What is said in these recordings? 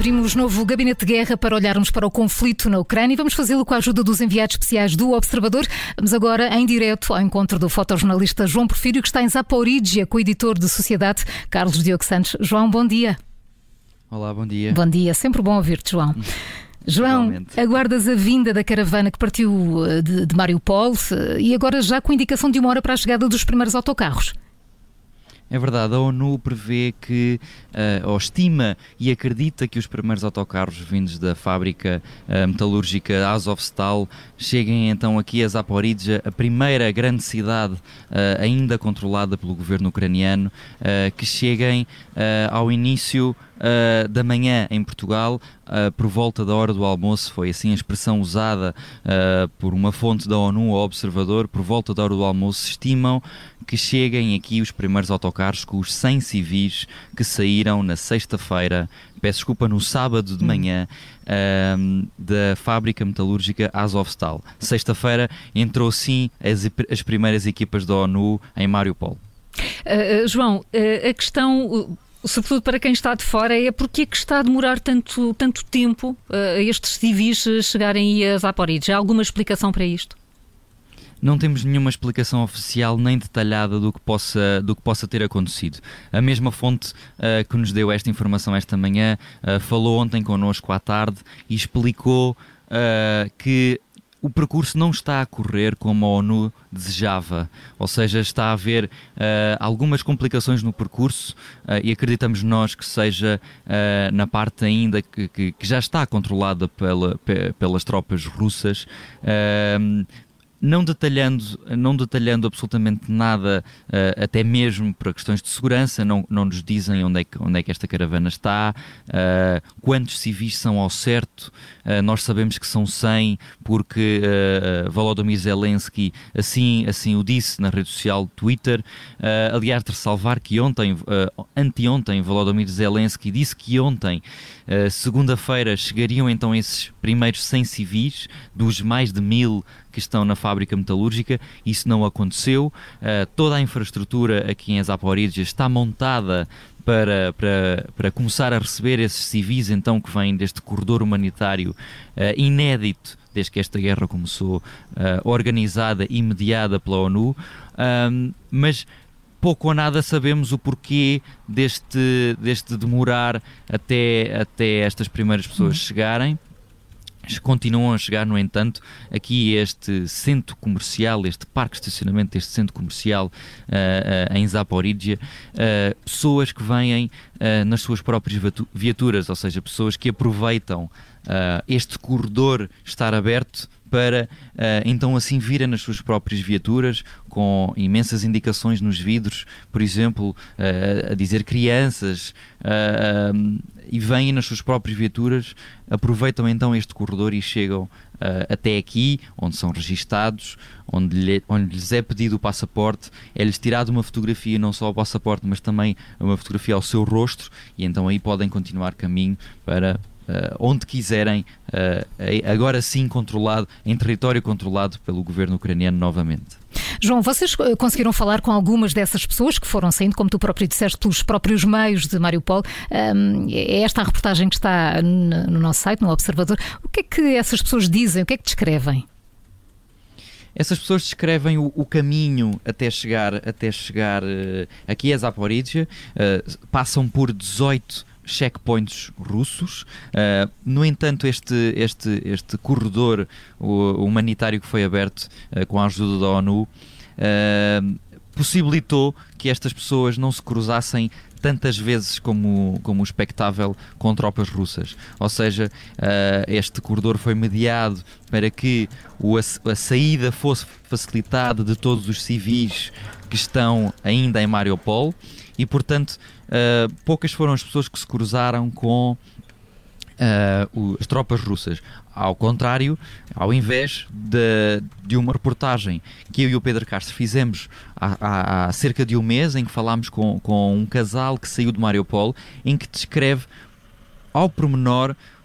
abrimos novo gabinete de guerra para olharmos para o conflito na Ucrânia e vamos fazê-lo com a ajuda dos enviados especiais do Observador. Vamos agora em direto ao encontro do fotojornalista João Porfírio, que está em Zaporíjia com o editor de Sociedade, Carlos Diogo Santos. João, bom dia. Olá, bom dia. Bom dia, sempre bom ouvir-te, João. João, igualmente. Aguardas a vinda da caravana que partiu de Mariupol e agora já com indicação de 1 hora para a chegada dos primeiros autocarros. É verdade, a ONU prevê que, ou estima e acredita que os primeiros autocarros vindos da fábrica metalúrgica Azovstal cheguem então aqui a Zaporíjia, a primeira grande cidade ainda controlada pelo governo ucraniano, que cheguem ao início da manhã em Portugal, por volta da hora do almoço. Foi assim a expressão usada por uma fonte da ONU ao Observador. Por volta da hora do almoço estimam que cheguem aqui os primeiros autocarros com os 100 civis que saíram na sexta-feira, no sábado de manhã, da fábrica metalúrgica Azovstal. Sexta-feira entrou sim as primeiras equipas da ONU em Mariupol. João, a questão, sobretudo para quem está de fora, é porque é que está a demorar tanto tempo a estes civis chegarem a Zaporíjia? Há alguma explicação para isto? Não temos nenhuma explicação oficial nem detalhada do que possa ter acontecido. A mesma fonte que nos deu esta informação esta manhã falou ontem connosco à tarde e explicou que o percurso não está a correr como a ONU desejava, ou seja, está a haver algumas complicações no percurso e acreditamos nós que seja na parte ainda que já está controlada pelas tropas russas. Não detalhando absolutamente nada, até mesmo para questões de segurança, não nos dizem onde é que esta caravana está, quantos civis são ao certo. Nós sabemos que são 100 porque Volodymyr Zelensky assim o disse na rede social Twitter. Aliás, de ressalvar que anteontem, Volodymyr Zelensky disse que ontem, segunda-feira, chegariam então esses primeiros 100 civis dos mais de 1000 que estão na fábrica metalúrgica. Isso não aconteceu. Toda a infraestrutura aqui em Zaporíjia está montada para começar a receber esses civis então que vêm deste corredor humanitário inédito desde que esta guerra começou, organizada e mediada pela ONU, mas pouco ou nada sabemos o porquê deste demorar até estas primeiras pessoas chegarem. Continuam a chegar, no entanto, aqui este centro comercial, este parque de estacionamento, este centro comercial em Zaporíjia, pessoas que vêm nas suas próprias viaturas, ou seja, pessoas que aproveitam este corredor estar aberto para então assim virem nas suas próprias viaturas, com imensas indicações nos vidros, por exemplo, a dizer crianças, e vêm nas suas próprias viaturas, aproveitam então este corredor e chegam até aqui, onde são registados, onde lhes é pedido o passaporte, é-lhes tirada uma fotografia, não só ao passaporte, mas também uma fotografia ao seu rosto, e então aí podem continuar caminho para onde quiserem, agora sim controlado, em território controlado pelo governo ucraniano novamente. João, vocês conseguiram falar com algumas dessas pessoas que foram saindo, como tu próprio disseste, pelos próprios meios de Mariupol? É esta a reportagem que está no nosso site, no Observador. O que é que essas pessoas dizem? O que é que descrevem? Essas pessoas descrevem o caminho até chegar aqui a Zaporíjia. Passam por 18 checkpoints russos. No entanto, este corredor humanitário que foi aberto com a ajuda da ONU possibilitou que estas pessoas não se cruzassem tantas vezes como expectável com tropas russas. Ou seja, este corredor foi mediado para que a saída fosse facilitada de todos os civis que estão ainda em Mariupol e, portanto, poucas foram as pessoas que se cruzaram com as tropas russas. Ao contrário, ao invés de uma reportagem que eu e o Pedro Castro fizemos há cerca de um mês, em que falámos com um casal que saiu de Mariupol, em que descreve ao pormenor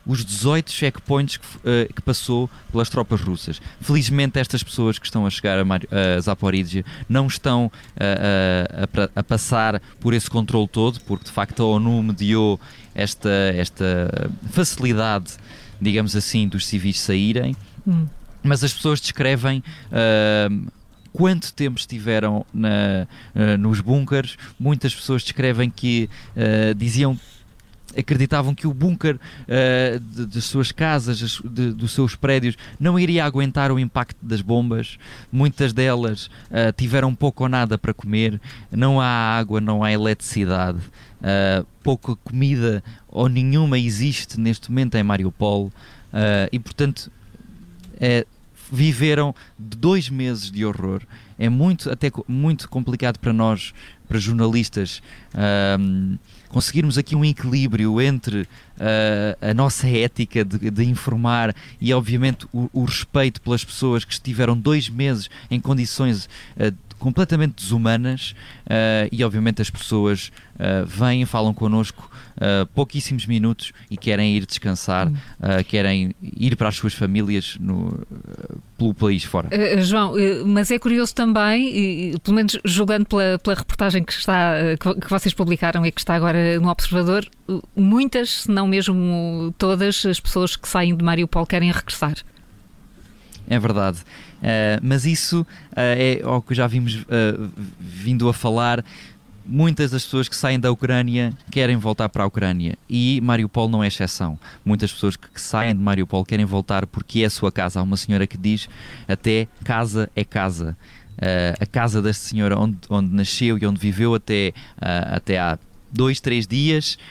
os 18 checkpoints que passou pelas tropas russas. Felizmente estas pessoas que estão a chegar a Zaporizhzhia não estão a passar por esse controle todo, porque de facto a ONU mediou esta facilidade, digamos assim, dos civis saírem, mas as pessoas descrevem quanto tempo estiveram nos bunkers. Muitas pessoas descrevem que acreditavam que o bunker das suas casas, dos seus prédios, não iria aguentar o impacto das bombas. Muitas delas tiveram pouco ou nada para comer, não há água, não há eletricidade, pouca comida ou nenhuma existe neste momento em Mariupol, e portanto viveram 2 meses de horror. É até muito complicado para nós, para jornalistas, conseguirmos aqui um equilíbrio entre a nossa ética de informar e obviamente o respeito pelas pessoas que estiveram 2 meses em condições completamente desumanas, e obviamente as pessoas vêm, falam connosco pouquíssimos minutos e querem ir descansar, querem ir para as suas famílias pelo país fora. João, mas é curioso também, pelo menos julgando pela reportagem que vocês publicaram e que está agora no Observador, muitas, se não mesmo todas, as pessoas que saem de Mariupol querem regressar. É verdade, mas isso é o que já vimos vindo a falar. Muitas das pessoas que saem da Ucrânia querem voltar para a Ucrânia e Mariupol não é exceção. Muitas pessoas que saem de Mariupol querem voltar porque é a sua casa. Há uma senhora que diz até casa é casa. A casa desta senhora onde nasceu e onde viveu até há 2, 3 dias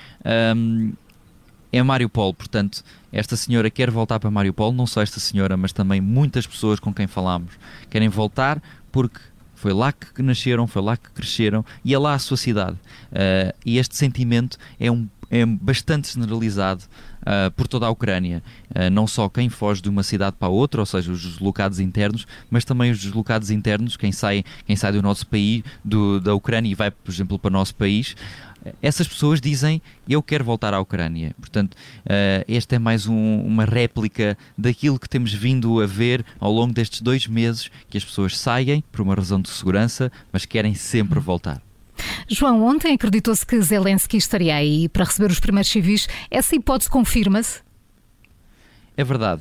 é Mariupol. Portanto, esta senhora quer voltar para Mariupol, não só esta senhora, mas também muitas pessoas com quem falamos querem voltar porque foi lá que nasceram, foi lá que cresceram e é lá a sua cidade. E este sentimento é bastante generalizado por toda a Ucrânia. Não só quem foge de uma cidade para outra, ou seja, os deslocados internos, mas também os deslocados internos, quem sai do nosso país, da Ucrânia e vai, por exemplo, para o nosso país. Essas pessoas dizem, eu quero voltar à Ucrânia. Portanto, esta é mais uma réplica daquilo que temos vindo a ver ao longo destes 2 meses, que as pessoas saem por uma razão de segurança, mas querem sempre voltar. João, ontem acreditou-se que Zelensky estaria aí para receber os primeiros civis. Essa hipótese confirma-se? É verdade.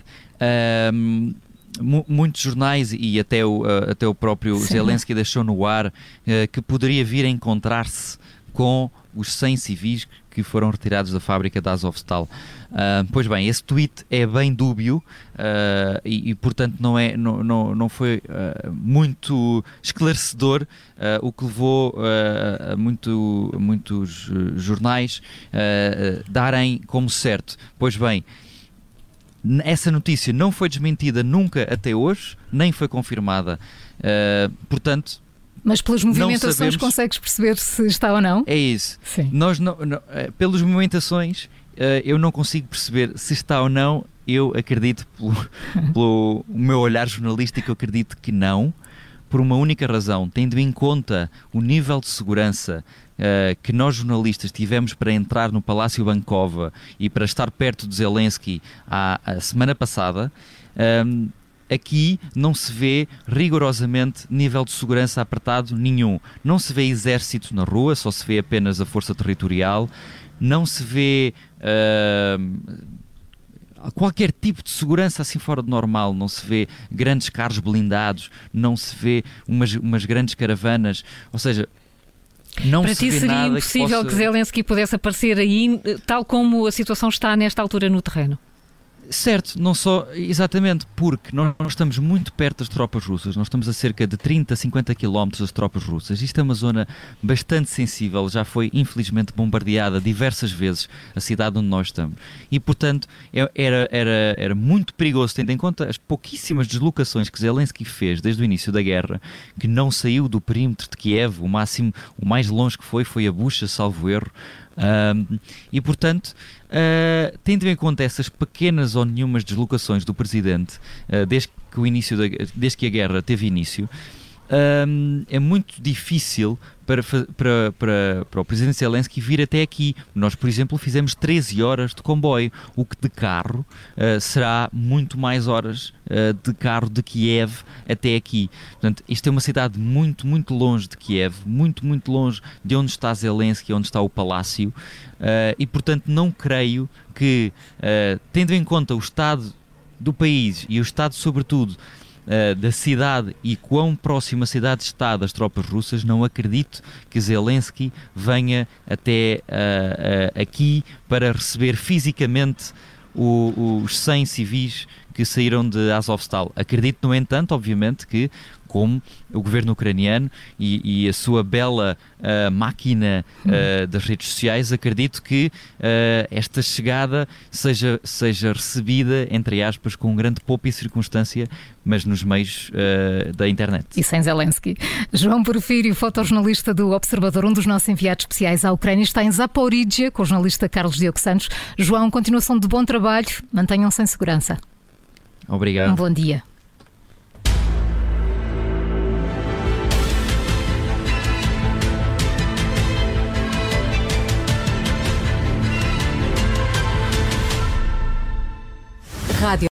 Muitos jornais e até o próprio Zelensky deixou no ar que poderia vir a encontrar-se com os 100 civis que foram retirados da fábrica da Azovstal. Pois bem, esse tweet é bem dúbio e portanto não foi muito esclarecedor, o que levou a muitos jornais darem como certo. Pois bem, essa notícia não foi desmentida nunca até hoje, nem foi confirmada. Portanto, mas pelas movimentações consegues perceber se está ou não? É isso. Sim. Nós pelas movimentações eu não consigo perceber se está ou não. Eu acredito, pelo meu olhar jornalístico, eu acredito que não, por uma única razão. Tendo em conta o nível de segurança que nós jornalistas tivemos para entrar no Palácio Bankova e para estar perto de Zelensky a semana passada, aqui não se vê rigorosamente nível de segurança apertado nenhum. Não se vê exército na rua, só se vê apenas a força territorial. Não se vê qualquer tipo de segurança assim fora de normal. Não se vê grandes carros blindados, não se vê umas grandes caravanas. Ou seja, não para se ti vê seria nada impossível que Zelensky pudesse aparecer aí, tal como a situação está nesta altura no terreno? Certo, não só, exatamente, porque nós estamos muito perto das tropas russas, nós estamos a cerca de 30, 50 km das tropas russas. Isto é uma zona bastante sensível, já foi infelizmente bombardeada diversas vezes a cidade onde nós estamos. E, portanto, era muito perigoso, tendo em conta as pouquíssimas deslocações que Zelensky fez desde o início da guerra, que não saiu do perímetro de Kiev, o mais longe que foi a Bucha, salvo erro. E portanto, tendo em conta essas pequenas ou nenhumas deslocações do Presidente desde que a guerra teve início, é muito difícil para o Presidente Zelensky vir até aqui. Nós, por exemplo, fizemos 13 horas de comboio, o que de carro será muito mais horas de carro de Kiev até aqui. Portanto, isto é uma cidade muito, muito longe de Kiev, muito, muito longe de onde está Zelensky, onde está o palácio, e, portanto, não creio que, tendo em conta o estado do país e o estado, sobretudo, da cidade e quão próxima a cidade está das tropas russas, não acredito que Zelensky venha até aqui para receber fisicamente os 100 civis que saíram de Azovstal. Acredito, no entanto, obviamente, que como o governo ucraniano e a sua bela máquina das redes sociais, acredito que esta chegada seja recebida, entre aspas, com grande pompa e circunstância, mas nos meios da internet. E sem Zelensky. João Porfírio, fotojornalista do Observador, um dos nossos enviados especiais à Ucrânia, está em Zaporídia com o jornalista Carlos Diogo Santos. João, continuação de bom trabalho, mantenham-se em segurança. Obrigado. Um bom dia. Rádio